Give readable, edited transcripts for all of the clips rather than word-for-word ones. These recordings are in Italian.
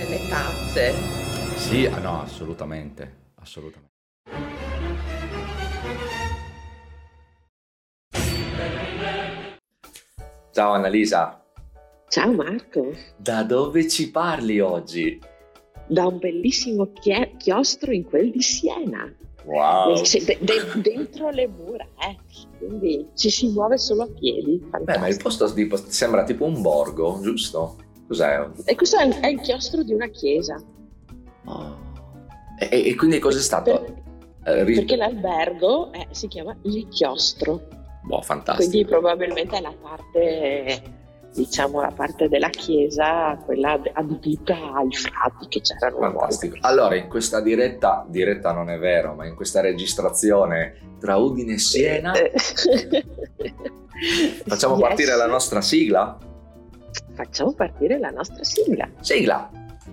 delle tazze. Sì, no, assolutamente, assolutamente. Ciao Annalisa, Ciao Marco, da dove ci parli oggi? da un bellissimo chiostro in quel di Siena, Wow! dentro le mura, quindi ci si muove solo a piedi, Beh, ma il fantastico. posto sembra tipo un borgo, giusto? Cos'è? E questo è il chiostro di una chiesa, Oh. E quindi cos'è stato? per- Ri- perché l'albergo si chiama Il Chiostro, Boh, quindi fantastico. probabilmente è la parte, diciamo, la parte della chiesa, quella adibita ai frati che c'erano una volta. Fantastico. Allora, in questa diretta non è vero, ma in questa registrazione tra Udine e Siena, facciamo Yes. partire la nostra sigla? Facciamo partire la nostra sigla. Sigla!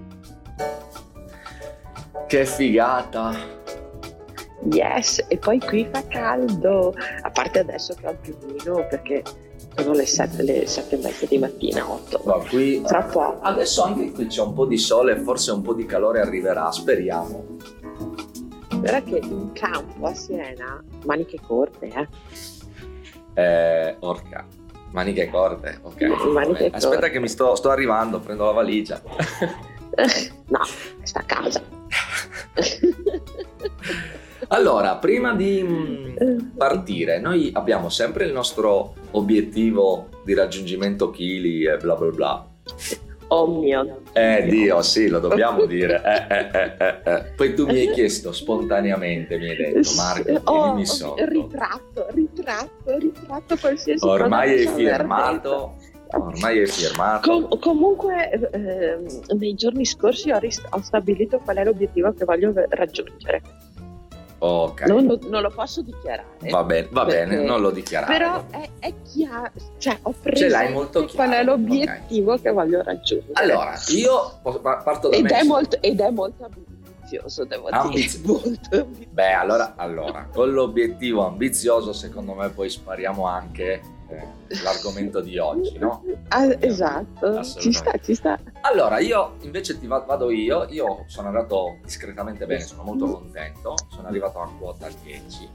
Che figata! Yes, e poi qui fa caldo, a parte adesso che ho il piumino perché sono le 7 e mezza di mattina, 8. No, qui Tra poco. adesso anche qui c'è un po' di sole, forse un po' di calore arriverà, speriamo. Guarda che in campo a Siena, maniche corte, Orca, maniche corte, ok. Maniche Aspetta corte. che mi sto arrivando, prendo la valigia. No, sta a casa. Allora, prima di partire, noi abbiamo sempre il nostro obiettivo di raggiungimento chili e bla bla bla. Oh mio Dio, sì, lo dobbiamo dire. Poi tu mi hai chiesto spontaneamente, mi hai detto, Marco, tienimi sotto. Ritratto qualsiasi Ormai cosa hai possa aver firmato. Ormai hai firmato. Comunque, nei giorni scorsi ho stabilito qual è l'obiettivo che voglio raggiungere. Ok. Non lo posso dichiarare. Va bene, perché- non lo dichiarare. Però è chiaro, cioè ho Ce l'hai molto presente qual è chiaro, l'obiettivo che voglio raggiungere. Allora, io parto da Ed me. è molto ambizioso, devo dire. Molto ambizioso. Beh, allora, con l'obiettivo ambizioso, secondo me poi spariamo anche l'argomento di oggi, no? Esatto, ci sta. Allora, io invece vado io sono andato discretamente bene, sono molto contento, sono arrivato a quota 10.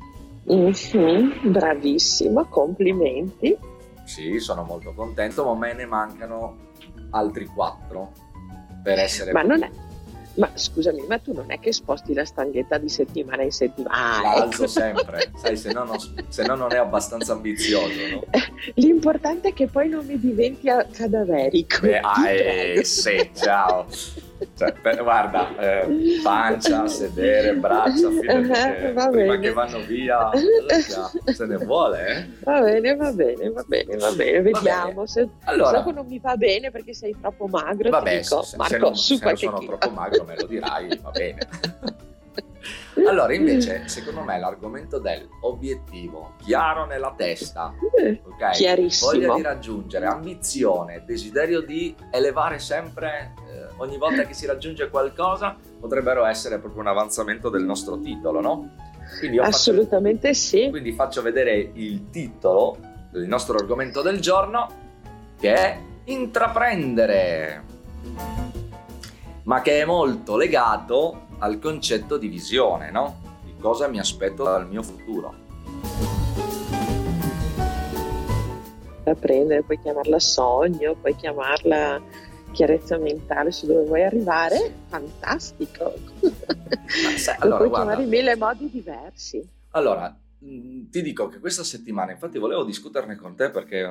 Bravissimo, complimenti. Sì, sono molto contento, ma me ne mancano altri 4 per essere... Ma scusami, ma tu non è che sposti la stanghetta di settimana in settimana? La alzo sempre, sai, se no non è abbastanza ambizioso, no? L'importante è che poi non mi diventi cadaverico. Sì, ciao. Cioè, guarda, pancia, sedere, braccia, prima bene. che vanno via, se ne vuole, eh? Va bene, vediamo. Se Allora, dopo non mi va bene perché sei troppo magro, vabbè, ti dico, se Marco, non su qualche sono chilo. troppo magro me lo dirai, va bene. Allora, invece, secondo me l'argomento dell'obiettivo chiaro nella testa, ok? Chiarissimo. Voglia di raggiungere, ambizione, desiderio di elevare sempre, ogni volta che si raggiunge qualcosa, potrebbero essere proprio un avanzamento del nostro titolo, no? Quindi Assolutamente sì. Quindi faccio vedere il titolo del nostro argomento del giorno, che è intraprendere, ma che è molto legato al concetto di visione, no? Di cosa mi aspetto dal mio futuro. Da prendere, puoi chiamarla sogno, puoi chiamarla chiarezza mentale su dove vuoi arrivare, fantastico. Allora, puoi guarda, chiamare in 1000 modi diversi. Allora, ti dico che questa settimana, infatti volevo discuterne con te perché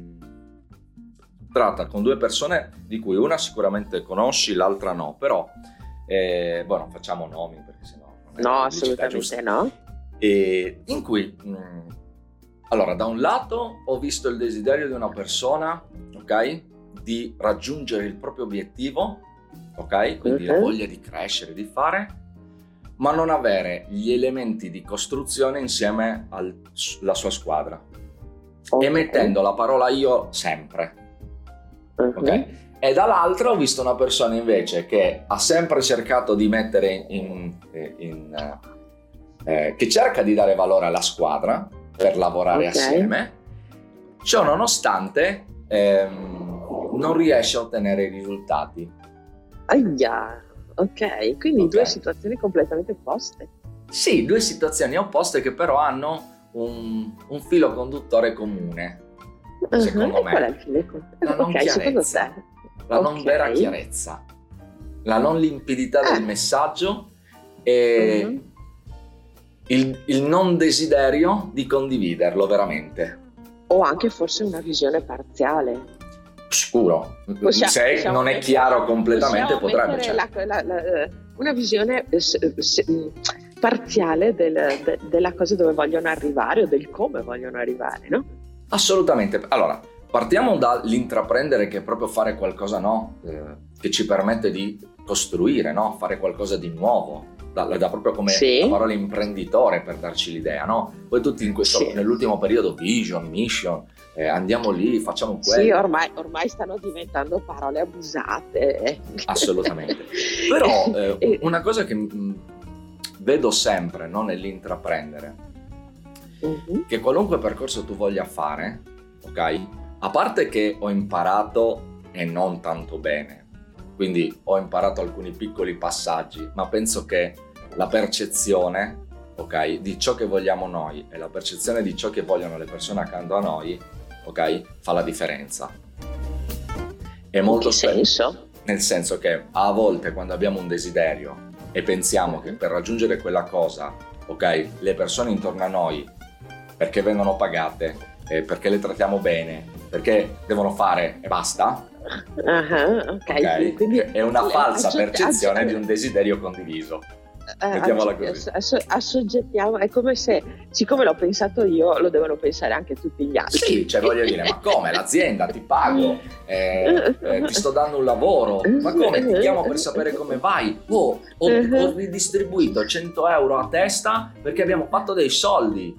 tratta con 2 persone di cui una sicuramente conosci, l'altra no, però non facciamo nomi perché sennò non è No, pubblicità assolutamente giusta. no. E in cui allora, da un lato ho visto il desiderio di una persona, ok, di raggiungere il proprio obiettivo, ok, quindi la voglia di crescere, di fare, ma non avere gli elementi di costruzione insieme alla sua squadra, e mettendo la parola io sempre, ok? E dall'altro ho visto una persona invece che ha sempre cercato di mettere che cerca di dare valore alla squadra per lavorare assieme, ciò nonostante non riesce a ottenere i risultati. Ahia, ok, quindi due Ok? situazioni completamente opposte. Sì, due situazioni opposte che però hanno un filo conduttore comune, secondo E qual è me. il fine? La non Ok, secondo te? chiarezza, la non vera Ok. chiarezza, la non limpidità del Ah, messaggio e mhm. il non desiderio di condividerlo veramente. O anche forse una visione parziale. Sicuro, se Possiamo non è chiaro mettere, completamente possiamo potrebbe, mettere certo. una visione parziale della cosa dove vogliono arrivare o del come vogliono arrivare, no? Assolutamente. Allora, partiamo dall'intraprendere che è proprio fare qualcosa, no? Che ci permette di costruire, no? Fare qualcosa di nuovo, da proprio come la Sì, parola imprenditore per darci l'idea, no? Poi tutti sì, nell'ultimo periodo, vision, mission, andiamo lì, facciamo sì, quello. ormai stanno diventando parole abusate. Assolutamente. Però E- una cosa che vedo sempre, no, nell'intraprendere, mhm, che qualunque percorso tu voglia fare, ok? A parte che ho imparato e non tanto bene, quindi ho imparato alcuni piccoli passaggi, ma penso che la percezione, ok, di ciò che vogliamo noi e la percezione di ciò che vogliono le persone accanto a noi, ok, fa la differenza. E in molto che spesso, senso? nel senso che a volte quando abbiamo un desiderio e pensiamo che Mhm. per raggiungere quella cosa, ok, le persone intorno a noi, perché vengono pagate, perché le trattiamo bene, perché devono fare e basta, Ah, ok, ok, quindi è una falsa percezione di un eh, desiderio condiviso. Mettiamola così. assoggettiamo, è come se, siccome l'ho pensato io, lo devono pensare anche tutti gli Sì, altri. cioè voglio dire, ma come? L'azienda ti pago, ti sto dando un lavoro, ma come? Ti chiamo per sapere come vai. Oh, ho ridistribuito 100 euro a testa perché abbiamo fatto dei soldi.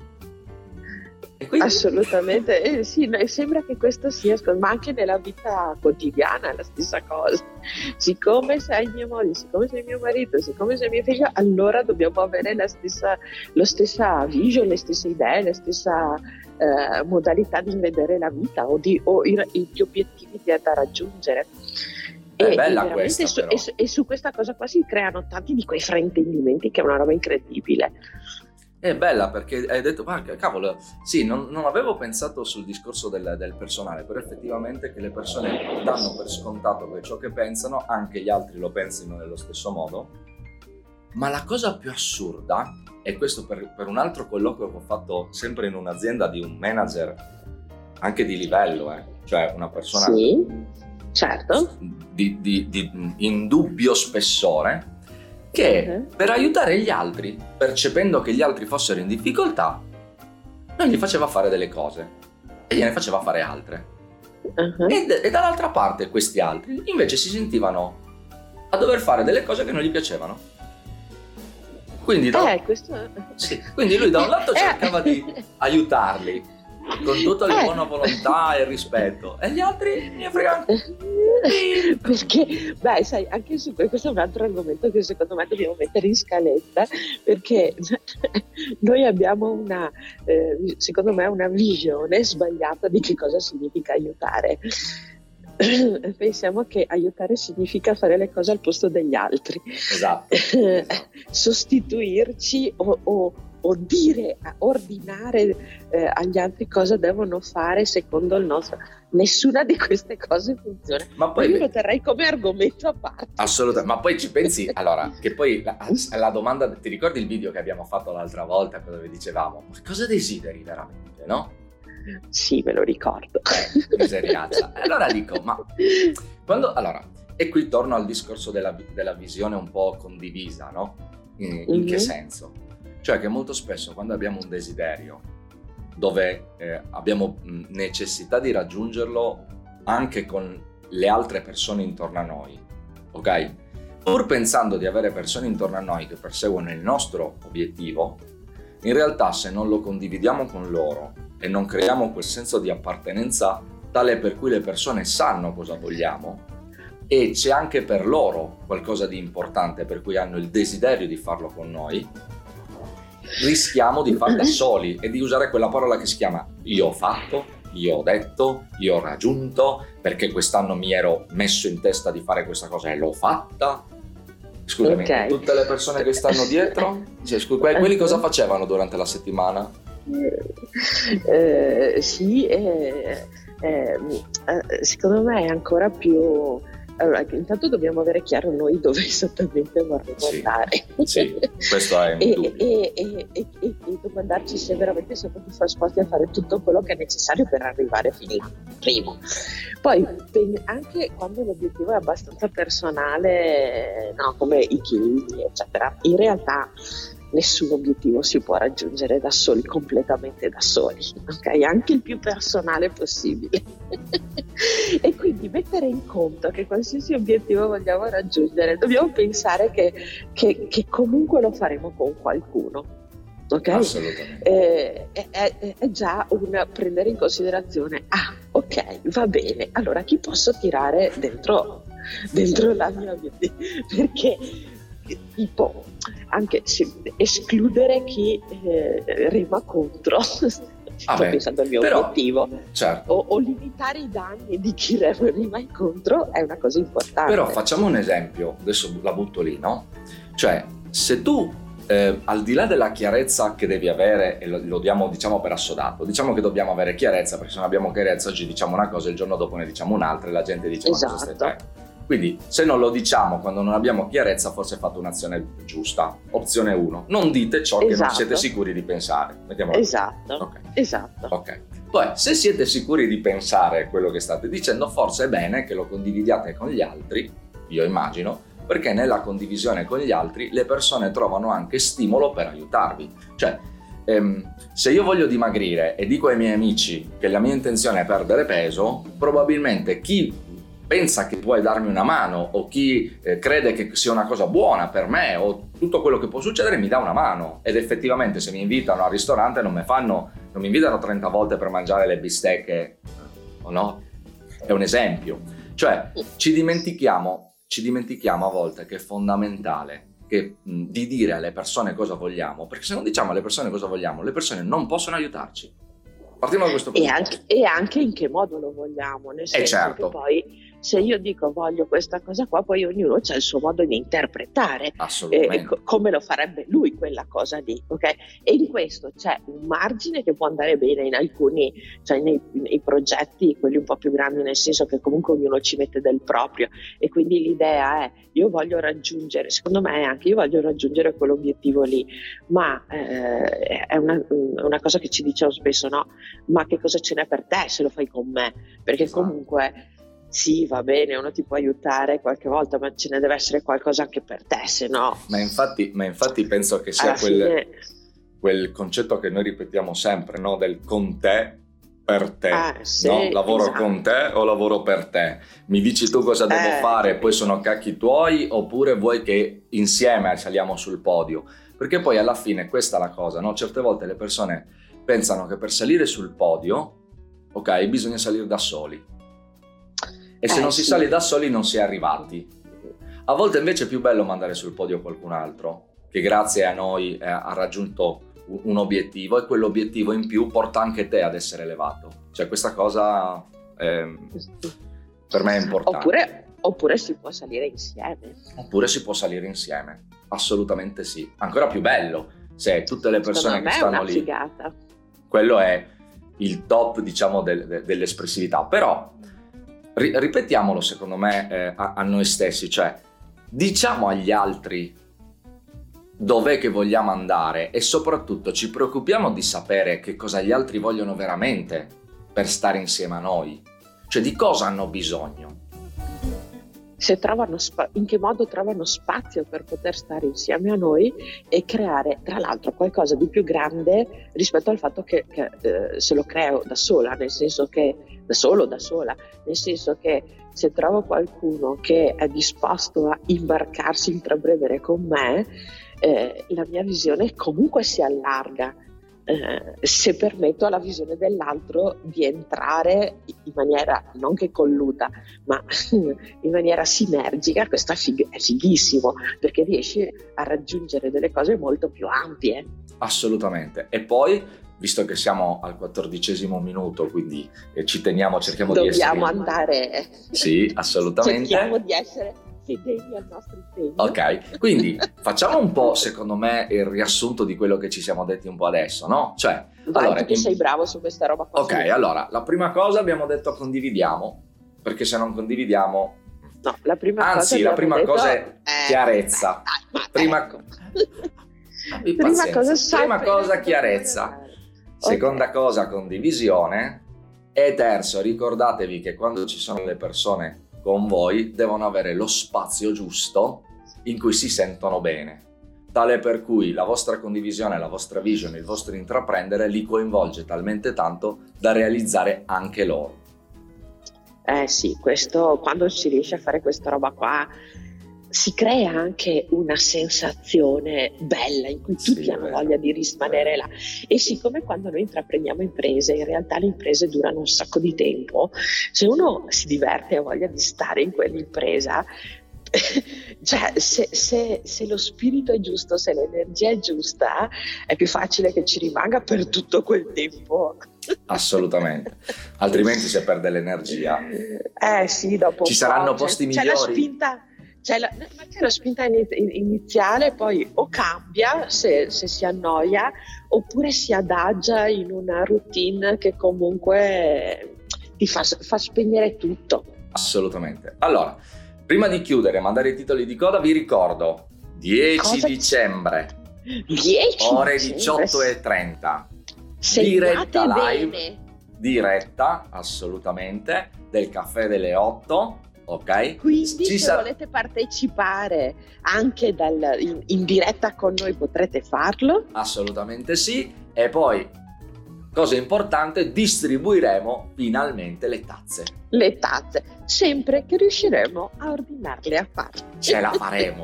E quindi? Assolutamente, sì, no, e sembra che questo sia, ma anche nella vita quotidiana è la stessa cosa. Siccome sei mia moglie, siccome sei mio marito, siccome sei mio figlio, allora dobbiamo avere lo stessa vision, le stesse idee, la stessa modalità di vedere la vita o gli obiettivi da raggiungere. È E bella veramente questa però. su questa cosa qua si creano tanti di quei fraintendimenti che è una roba incredibile. È bella perché hai detto, ma cavolo, sì, non avevo pensato sul discorso del personale, però effettivamente che le persone danno per scontato che ciò che pensano, anche gli altri lo pensino nello stesso modo. Ma la cosa più assurda, e questo per un altro colloquio che ho fatto sempre in un'azienda di un manager, anche di livello, cioè una persona Sì, certo. di indubbio spessore, che per aiutare gli altri, percependo che gli altri fossero in difficoltà, non gli faceva fare delle cose e gliene faceva fare altre. E dall'altra parte questi altri invece si sentivano a dover fare delle cose che non gli piacevano. Quindi, Questo... sì, quindi lui da un lato cercava di aiutarli con tutte le buone volontà e il rispetto, e gli altri ne frega. Perché, beh, sai, anche su questo è un altro argomento che secondo me dobbiamo mettere in scaletta, perché noi abbiamo secondo me, una visione sbagliata di che cosa significa aiutare. Pensiamo che aiutare significa fare le cose al posto degli altri. Esatto. Sostituirci o dire, ordinare agli altri cosa devono fare secondo il nostro. Nessuna di queste cose funziona. Ma poi io lo terrei come argomento a parte. assolutamente, ma poi ci pensi, allora, che poi la domanda, ti ricordi il video che abbiamo fatto l'altra volta dove dicevamo, ma cosa desideri veramente, no? Sì, me lo ricordo. Miseriaccia. Allora dico, ma quando, allora, e qui torno al discorso della visione un po' condivisa, no? In che senso? Cioè che molto spesso quando abbiamo un desiderio dove abbiamo necessità di raggiungerlo anche con le altre persone intorno a noi, ok? Pur pensando di avere persone intorno a noi che perseguono il nostro obiettivo, in realtà se non lo condividiamo con loro e non creiamo quel senso di appartenenza tale per cui le persone sanno cosa vogliamo e c'è anche per loro qualcosa di importante per cui hanno il desiderio di farlo con noi, rischiamo di far da soli e di usare quella parola che si chiama io ho fatto, io ho detto, io ho raggiunto, perché quest'anno mi ero messo in testa di fare questa cosa e l'ho fatta. Scusami, Ok. tutte le persone che stanno dietro, cioè, quelli cosa facevano durante la settimana? Sì, secondo me è ancora più. Allora, intanto dobbiamo avere chiaro noi dove esattamente vorremmo Sì, andare. sì, questo è un dubbio. E domandarci se veramente siamo disposti a fare tutto quello che è necessario per arrivare fino là, primo. Poi anche quando l'obiettivo è abbastanza personale, no, come i chili, eccetera, in realtà nessun obiettivo si può raggiungere da soli, completamente da soli, ok? Anche il più personale possibile. E quindi mettere in conto che qualsiasi obiettivo vogliamo raggiungere, dobbiamo pensare che comunque lo faremo con qualcuno, ok? Assolutamente. È già un prendere in considerazione, ok, va bene, allora chi posso tirare dentro la mia obiettivo? Perché tipo anche escludere chi rima contro, sto pensando al mio obiettivo, certo. o limitare i danni di chi rima incontro è una cosa importante. Però facciamo un esempio, adesso la butto lì, no? Cioè, se tu al di là della chiarezza che devi avere, e lo diamo diciamo per assodato, diciamo che dobbiamo avere chiarezza, perché se non abbiamo chiarezza oggi diciamo una cosa e il giorno dopo ne diciamo un'altra e la gente dice ma cosa stai facendo? Quindi se non lo diciamo quando non abbiamo chiarezza, forse hai fatto un'azione giusta. Opzione 1, non dite ciò che non siete sicuri di pensare. Mettiamola esatto. Okay. Esatto. Ok. Poi se siete sicuri di pensare quello che state dicendo, forse è bene che lo condividiate con gli altri, io immagino, perché nella condivisione con gli altri le persone trovano anche stimolo per aiutarvi. Cioè, se io voglio dimagrire e dico ai miei amici che la mia intenzione è perdere peso, probabilmente chi pensa che puoi darmi una mano o chi crede che sia una cosa buona per me o tutto quello che può succedere mi dà una mano, ed effettivamente se mi invitano al ristorante non mi invitano 30 volte per mangiare le bistecche, o no? È un esempio. Cioè ci dimentichiamo a volte che è fondamentale di dire alle persone cosa vogliamo, perché se non diciamo alle persone cosa vogliamo, le persone non possono aiutarci. Partiamo da questo punto. E anche in che modo lo vogliamo, nel senso certo. che poi se io dico voglio questa cosa qua, poi ognuno ha il suo modo di interpretare come lo farebbe lui quella cosa lì, ok? E in questo c'è un margine che può andare bene in alcuni, cioè nei progetti, quelli un po' più grandi, nel senso che comunque ognuno ci mette del proprio, e quindi l'idea è io voglio raggiungere, secondo me anche io voglio raggiungere quell'obiettivo lì, ma è una cosa che ci diciamo spesso, no? Ma che cosa ce n'è per te se lo fai con me? Perché comunque sì, va bene, uno ti può aiutare qualche volta, ma ce ne deve essere qualcosa anche per te, se no. Ma infatti penso che sia quel concetto che noi ripetiamo sempre, no? Del con te per te, sì, no? Lavoro esatto. con te o lavoro per te? Mi dici tu cosa devo fare, poi sono cacchi tuoi, oppure vuoi che insieme saliamo sul podio? Perché poi alla fine questa è la cosa, no? Certe volte le persone pensano che per salire sul podio, ok, bisogna salire da soli. E se non si sale da soli non si è arrivati. A volte invece è più bello mandare sul podio qualcun altro che grazie a noi ha raggiunto un obiettivo, e quell'obiettivo in più porta anche te ad essere elevato. Cioè questa cosa per me è importante. Oppure si può salire insieme. Assolutamente sì. Ancora più bello se tutte le persone che stanno lì. Figata. Quello è il top, diciamo, dell'espressività. Però ripetiamolo, secondo me, a noi stessi, cioè diciamo agli altri dov'è che vogliamo andare, e soprattutto ci preoccupiamo di sapere che cosa gli altri vogliono veramente per stare insieme a noi, cioè di cosa hanno bisogno. Se in che modo trovano spazio per poter stare insieme a noi e creare tra l'altro qualcosa di più grande rispetto al fatto che se lo creo da sola, nel senso che da sola, nel senso che se trovo qualcuno che è disposto a imbarcarsi, intraprendere con me, la mia visione comunque si allarga. Se permetto alla visione dell'altro di entrare in maniera non che colluta, ma in maniera sinergica, questo è fighissimo, perché riesci a raggiungere delle cose molto più ampie. Assolutamente. E poi visto che siamo al 14° minuto, quindi ci teniamo, cerchiamo di essere... Dobbiamo andare. Sì, assolutamente. Cerchiamo di essere fedeli al nostro impegno. Ok, quindi facciamo un po', secondo me, il riassunto di quello che ci siamo detti un po' adesso, no? Cioè, vai, allora, tu che sei bravo su questa roba qua. Ok, allora, la prima cosa abbiamo detto condividiamo, perché se non condividiamo... No, la prima Anzi, cosa la prima detto... cosa è chiarezza. Prima cosa chiarezza. Seconda cosa condivisione. E terzo, ricordatevi che quando ci sono le persone con voi devono avere lo spazio giusto in cui si sentono bene, tale per cui la vostra condivisione, la vostra vision, il vostro intraprendere li coinvolge talmente tanto da realizzare anche loro. Sì, questo, quando si riesce a fare questa roba qua, si crea anche una sensazione bella in cui tutti hanno voglia di rimanere là. E siccome quando noi intraprendiamo imprese, in realtà le imprese durano un sacco di tempo, se uno si diverte e ha voglia di stare in quell'impresa, cioè se lo spirito è giusto, se l'energia è giusta, è più facile che ci rimanga per tutto quel tempo. Assolutamente, altrimenti si perde l'energia. Sì, dopo ci saranno posti migliori. C'è la spinta. C'è la spinta iniziale, poi o cambia se si annoia, oppure si adagia in una routine che comunque ti fa spegnere tutto. Assolutamente. Allora, prima di chiudere e mandare i titoli di coda, vi ricordo 10 dicembre, 10 ore dicembre. 18:30, diretta live, bene. Diretta, assolutamente, del caffè delle 8. Ok, quindi se volete partecipare anche in diretta con noi potrete farlo. Assolutamente sì. E poi, cosa importante, distribuiremo finalmente le tazze, sempre che riusciremo a ordinarle a parte. Ce la faremo.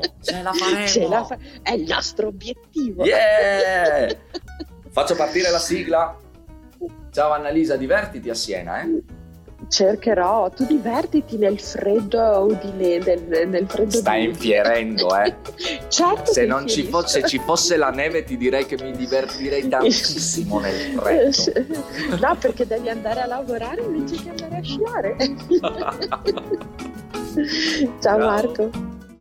È il nostro obiettivo. Yeah! Faccio partire la sigla. Ciao Annalisa, divertiti a Siena, Cercherò, tu divertiti nel freddo nel freddo. Stai infierendo, Certo. Se ci fosse la neve ti direi che mi divertirei tantissimo nel freddo. No, perché devi andare a lavorare invece che andare a sciare. Ciao Marco.